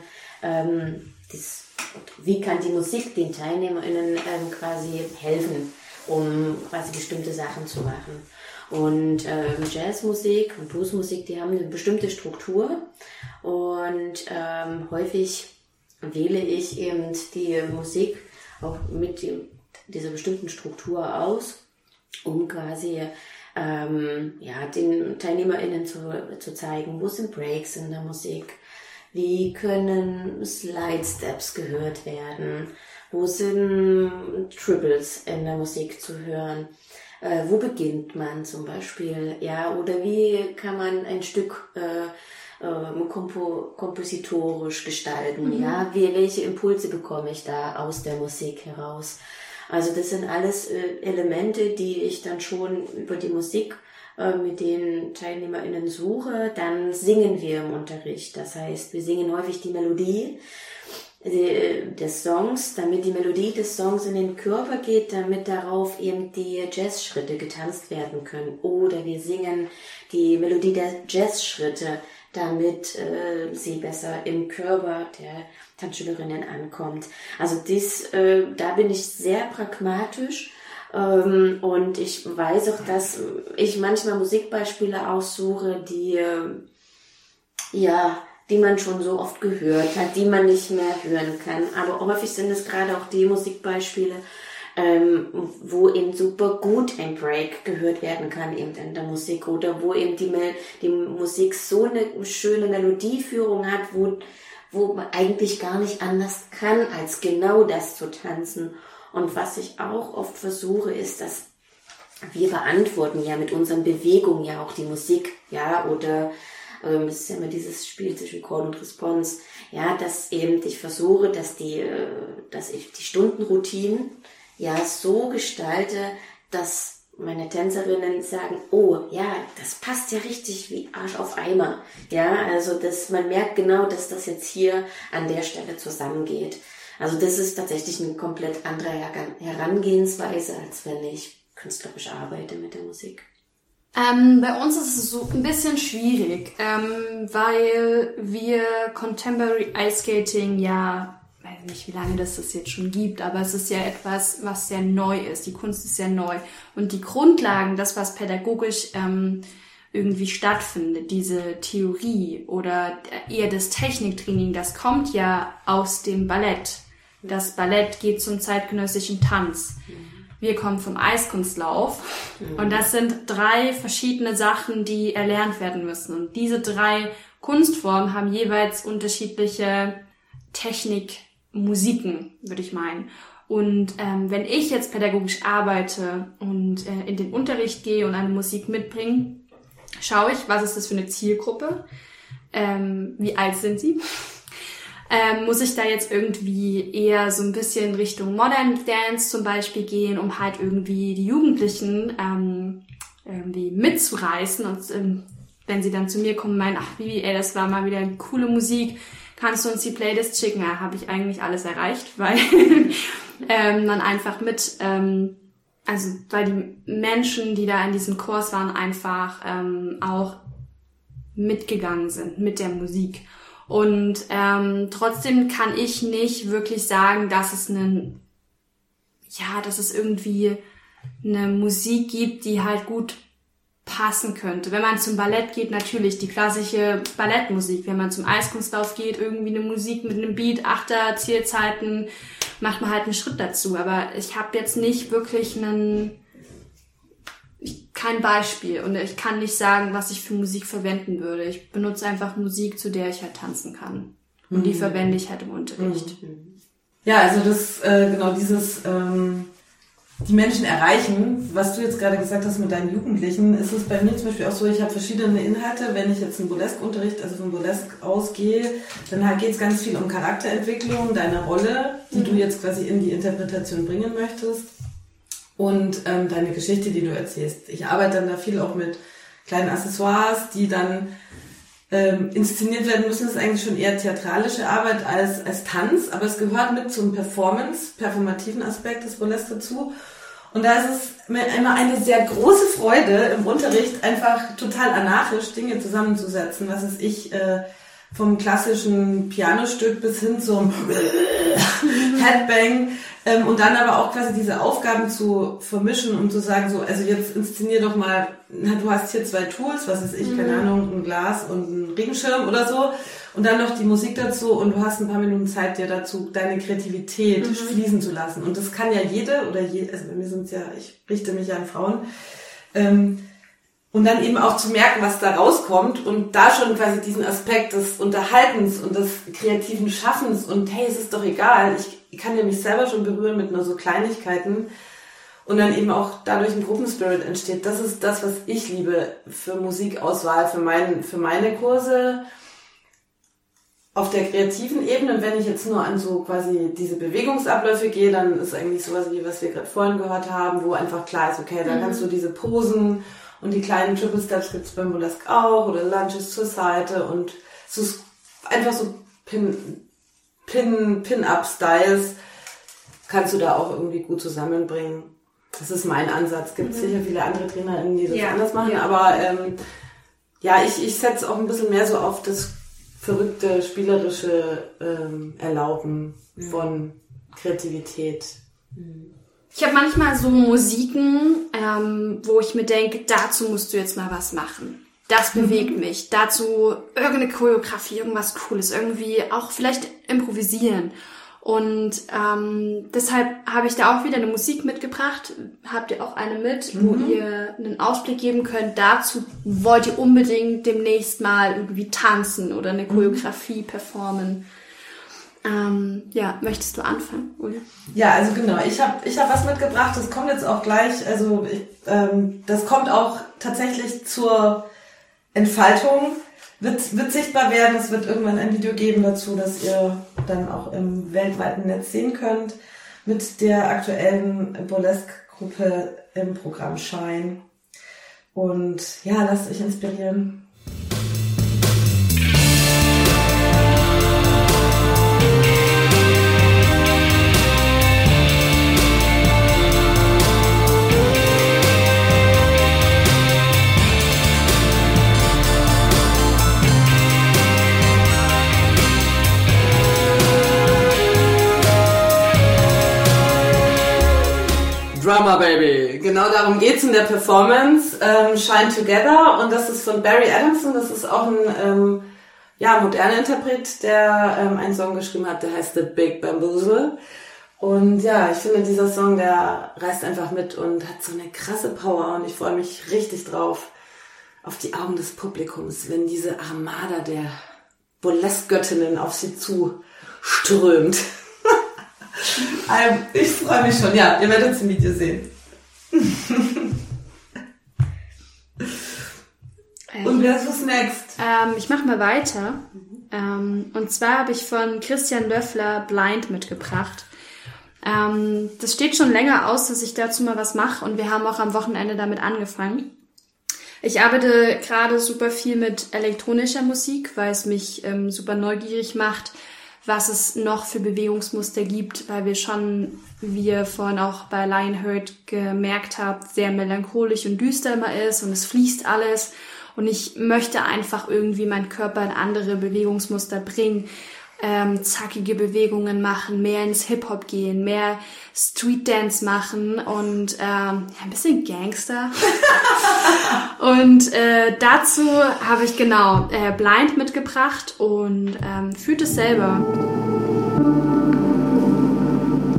wie kann die Musik den TeilnehmerInnen quasi helfen, um quasi bestimmte Sachen zu machen. Und Jazzmusik und Bluesmusik, die haben eine bestimmte Struktur und häufig wähle ich eben die Musik auch mit dieser bestimmten Struktur aus, um quasi den TeilnehmerInnen zu zeigen, wo sind Breaks in der Musik, wie können Slide Steps gehört werden, wo sind Triples in der Musik zu hören. Wo beginnt man zum Beispiel, ja, oder wie kann man ein Stück kompositorisch gestalten, ja, welche Impulse bekomme ich da aus der Musik heraus? Also das sind alles Elemente, die ich dann schon über die Musik mit den TeilnehmerInnen suche. Dann singen wir im Unterricht, das heißt, wir singen häufig die Melodie des Songs, damit die Melodie des Songs in den Körper geht, damit darauf eben die Jazzschritte getanzt werden können. Oder wir singen die Melodie der Jazzschritte, damit sie besser im Körper der Tanzschülerinnen ankommt. Also da bin ich sehr pragmatisch und ich weiß auch, dass ich manchmal Musikbeispiele aussuche, die man schon so oft gehört hat, die man nicht mehr hören kann. Aber häufig sind es gerade auch die Musikbeispiele, wo eben super gut ein Break gehört werden kann eben in der Musik oder wo eben die Musik so eine schöne Melodieführung hat, wo man eigentlich gar nicht anders kann, als genau das zu tanzen. Und was ich auch oft versuche, ist, dass wir beantworten ja mit unseren Bewegungen ja auch die Musik, ja, oder es ist ja immer dieses Spiel zwischen Chord und Response, ja, dass eben ich versuche, dass ich die Stundenroutinen ja so gestalte, dass meine Tänzerinnen sagen, oh ja, das passt ja richtig wie Arsch auf Eimer, ja, also dass man merkt genau, dass das jetzt hier an der Stelle zusammengeht. Also das ist tatsächlich eine komplett andere Herangehensweise, als wenn ich künstlerisch arbeite mit der Musik. Bei uns ist es so ein bisschen schwierig, weil wir Contemporary Ice Skating ja, ich weiß nicht, wie lange das jetzt schon gibt, aber es ist ja etwas, was sehr neu ist. Die Kunst ist sehr neu. Und die Grundlagen, das, was pädagogisch irgendwie stattfindet, diese Theorie oder eher das Techniktraining, das kommt ja aus dem Ballett. Das Ballett geht zum zeitgenössischen Tanz. Wir kommen vom Eiskunstlauf und das sind 3 verschiedene Sachen, die erlernt werden müssen. Und diese 3 Kunstformen haben jeweils unterschiedliche Technikmusiken, würde ich meinen. Und wenn ich jetzt pädagogisch arbeite und in den Unterricht gehe und eine Musik mitbringe, schaue ich, was ist das für eine Zielgruppe, wie alt sind sie? Muss ich da jetzt irgendwie eher so ein bisschen Richtung Modern Dance zum Beispiel gehen, um halt irgendwie die Jugendlichen irgendwie mitzureißen und wenn sie dann zu mir kommen und meinen, ach Vivi, das war mal wieder eine coole Musik, kannst du uns die Playlist schicken? Ja, habe ich eigentlich alles erreicht, weil man einfach weil die Menschen, die da in diesem Kurs waren, einfach auch mitgegangen sind mit der Musik. Und trotzdem kann ich nicht wirklich sagen, dass es irgendwie eine Musik gibt, die halt gut passen könnte. Wenn man zum Ballett geht, natürlich die klassische Ballettmusik. Wenn man zum Eiskunstlauf geht, irgendwie eine Musik mit einem Beat, 8er, Zielzeiten macht man halt einen Schritt dazu. Aber ich habe jetzt nicht wirklich kein Beispiel und ich kann nicht sagen, was ich für Musik verwenden würde. Ich benutze einfach Musik, zu der ich halt tanzen kann. Und die verwende ich halt im Unterricht. Ja, also das, genau dieses, die Menschen erreichen, was du jetzt gerade gesagt hast mit deinen Jugendlichen, ist es bei mir zum Beispiel auch so, ich habe verschiedene Inhalte, wenn ich jetzt einen Burlesque-Unterricht, also von Burlesque ausgehe, dann halt geht es ganz viel um Charakterentwicklung, deine Rolle, die du jetzt quasi in die Interpretation bringen möchtest und deine Geschichte, die du erzählst. Ich arbeite dann da viel auch mit kleinen Accessoires, die dann inszeniert werden müssen. Das ist eigentlich schon eher theatralische Arbeit als Tanz, aber es gehört mit zum performativen Aspekt des Burlesque dazu. Und da ist es mir immer eine sehr große Freude im Unterricht, einfach total anarchisch Dinge zusammenzusetzen. Was ist ich, vom klassischen Pianostück bis hin zum Headbang, und dann aber auch quasi diese Aufgaben zu vermischen und zu sagen, so, also jetzt inszenier doch mal, du hast hier 2 Tools, was ist ich, keine Ahnung, ein Glas und ein Regenschirm oder so, und dann noch die Musik dazu und du hast ein paar Minuten Zeit, dir dazu deine Kreativität fließen zu lassen. Und das kann ja jede also bei mir sind es ja, ich richte mich ja an Frauen, und dann eben auch zu merken, was da rauskommt und da schon quasi diesen Aspekt des Unterhaltens und des kreativen Schaffens und hey, es ist doch egal, ich kann ja mich selber schon berühren mit nur so Kleinigkeiten und dann eben auch dadurch ein Gruppenspirit entsteht. Das ist das, was ich liebe für Musikauswahl, für meine Kurse auf der kreativen Ebene. Und wenn ich jetzt nur an so quasi diese Bewegungsabläufe gehe, dann ist eigentlich sowas wie, was wir gerade vorhin gehört haben, wo einfach klar ist, okay, dann kannst du diese Posen und die kleinen Triple Steps gibt's beim Burlesque auch oder Lunges zur Seite und so einfach so Pin-Up-Styles kannst du da auch irgendwie gut zusammenbringen. Das ist mein Ansatz. Gibt sicher viele andere TrainerInnen, die das anders machen, aber ich setze auch ein bisschen mehr so auf das verrückte, spielerische Erlauben von Kreativität. Ich habe manchmal so Musiken, wo ich mir denke, dazu musst du jetzt mal was machen. Das bewegt mich. Dazu irgendeine Choreografie, irgendwas Cooles, irgendwie auch vielleicht improvisieren. Und deshalb habe ich da auch wieder eine Musik mitgebracht. Habt ihr auch eine mit, wo ihr einen Ausblick geben könnt? Dazu wollt ihr unbedingt demnächst mal irgendwie tanzen oder eine Choreografie performen. Möchtest du anfangen, Uli? Ja, also genau. Ich hab was mitgebracht. Das kommt jetzt auch gleich. Also das kommt auch tatsächlich zur Entfaltung. Wird sichtbar werden. Es wird irgendwann ein Video geben dazu, das ihr dann auch im weltweiten Netz sehen könnt. Mit der aktuellen Burlesque-Gruppe im Programm Shine. Und ja, lasst euch inspirieren. Drama Baby. Genau darum geht's in der Performance. Shine Together, und das ist von Barry Adamson. Das ist auch ein moderner Interpret, der einen Song geschrieben hat, der heißt The Big Bamboozle. Und ja, ich finde, dieser Song, der reißt einfach mit und hat so eine krasse Power, und ich freue mich richtig drauf auf die Augen des Publikums, wenn diese Armada der Burlesque-Göttinnen auf sie zuströmt. Ich freue mich schon. Ja, ihr werdet es im Video sehen. Und wer ist was next? Ich mache mal weiter. Und zwar habe ich von Christian Löffler Blind mitgebracht. Das steht schon länger aus, dass ich dazu mal was mache, und wir haben auch am Wochenende damit angefangen. Ich arbeite gerade super viel mit elektronischer Musik, weil es mich super neugierig macht, was es noch für Bewegungsmuster gibt, weil wie ihr vorhin auch bei Lionheart gemerkt habt, sehr melancholisch und düster immer ist und es fließt alles, und ich möchte einfach irgendwie meinen Körper in andere Bewegungsmuster bringen, zackige Bewegungen machen, mehr ins Hip-Hop gehen, mehr Street-Dance machen und ein bisschen Gangster. Und dazu habe ich Blind mitgebracht, und fühlt es selber.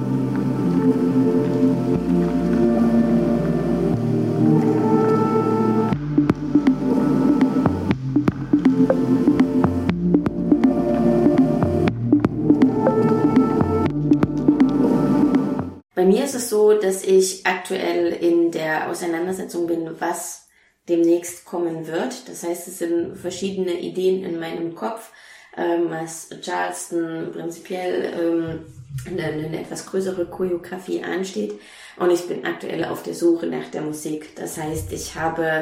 mir ist es so, dass ich aktuell in der Auseinandersetzung bin, was demnächst kommen wird. Das heißt, es sind verschiedene Ideen in meinem Kopf, was Charleston prinzipiell eine etwas größere Choreografie ansteht. Und ich bin aktuell auf der Suche nach der Musik. Das heißt, ich habe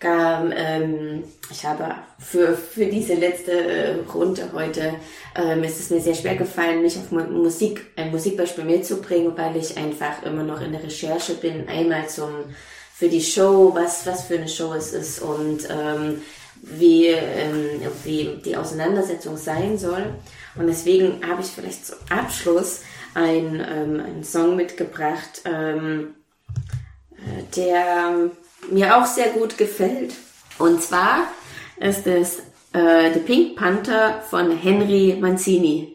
für diese letzte Runde heute ist es mir sehr schwer gefallen, mich auf ein Musikbeispiel mitzubringen, weil ich einfach immer noch in der Recherche bin. Einmal für die Show, was für eine Show es ist und wie die Auseinandersetzung sein soll. Und deswegen habe ich vielleicht zum Abschluss einen Song mitgebracht, der mir auch sehr gut gefällt. Und zwar ist es The Pink Panther von Henry Mancini.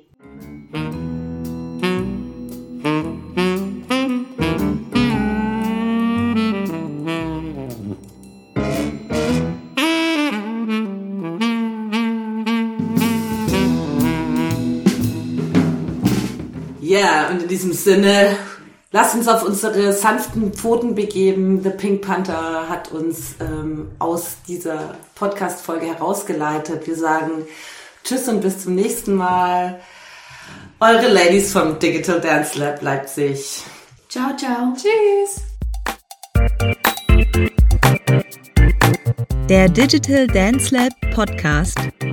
Ja, und in diesem Sinne, lasst uns auf unsere sanften Pfoten begeben. The Pink Panther hat uns aus dieser Podcast-Folge herausgeleitet. Wir sagen Tschüss und bis zum nächsten Mal. Eure Ladies vom Digital Dance Lab Leipzig. Ciao, ciao. Tschüss. Der Digital Dance Lab Podcast.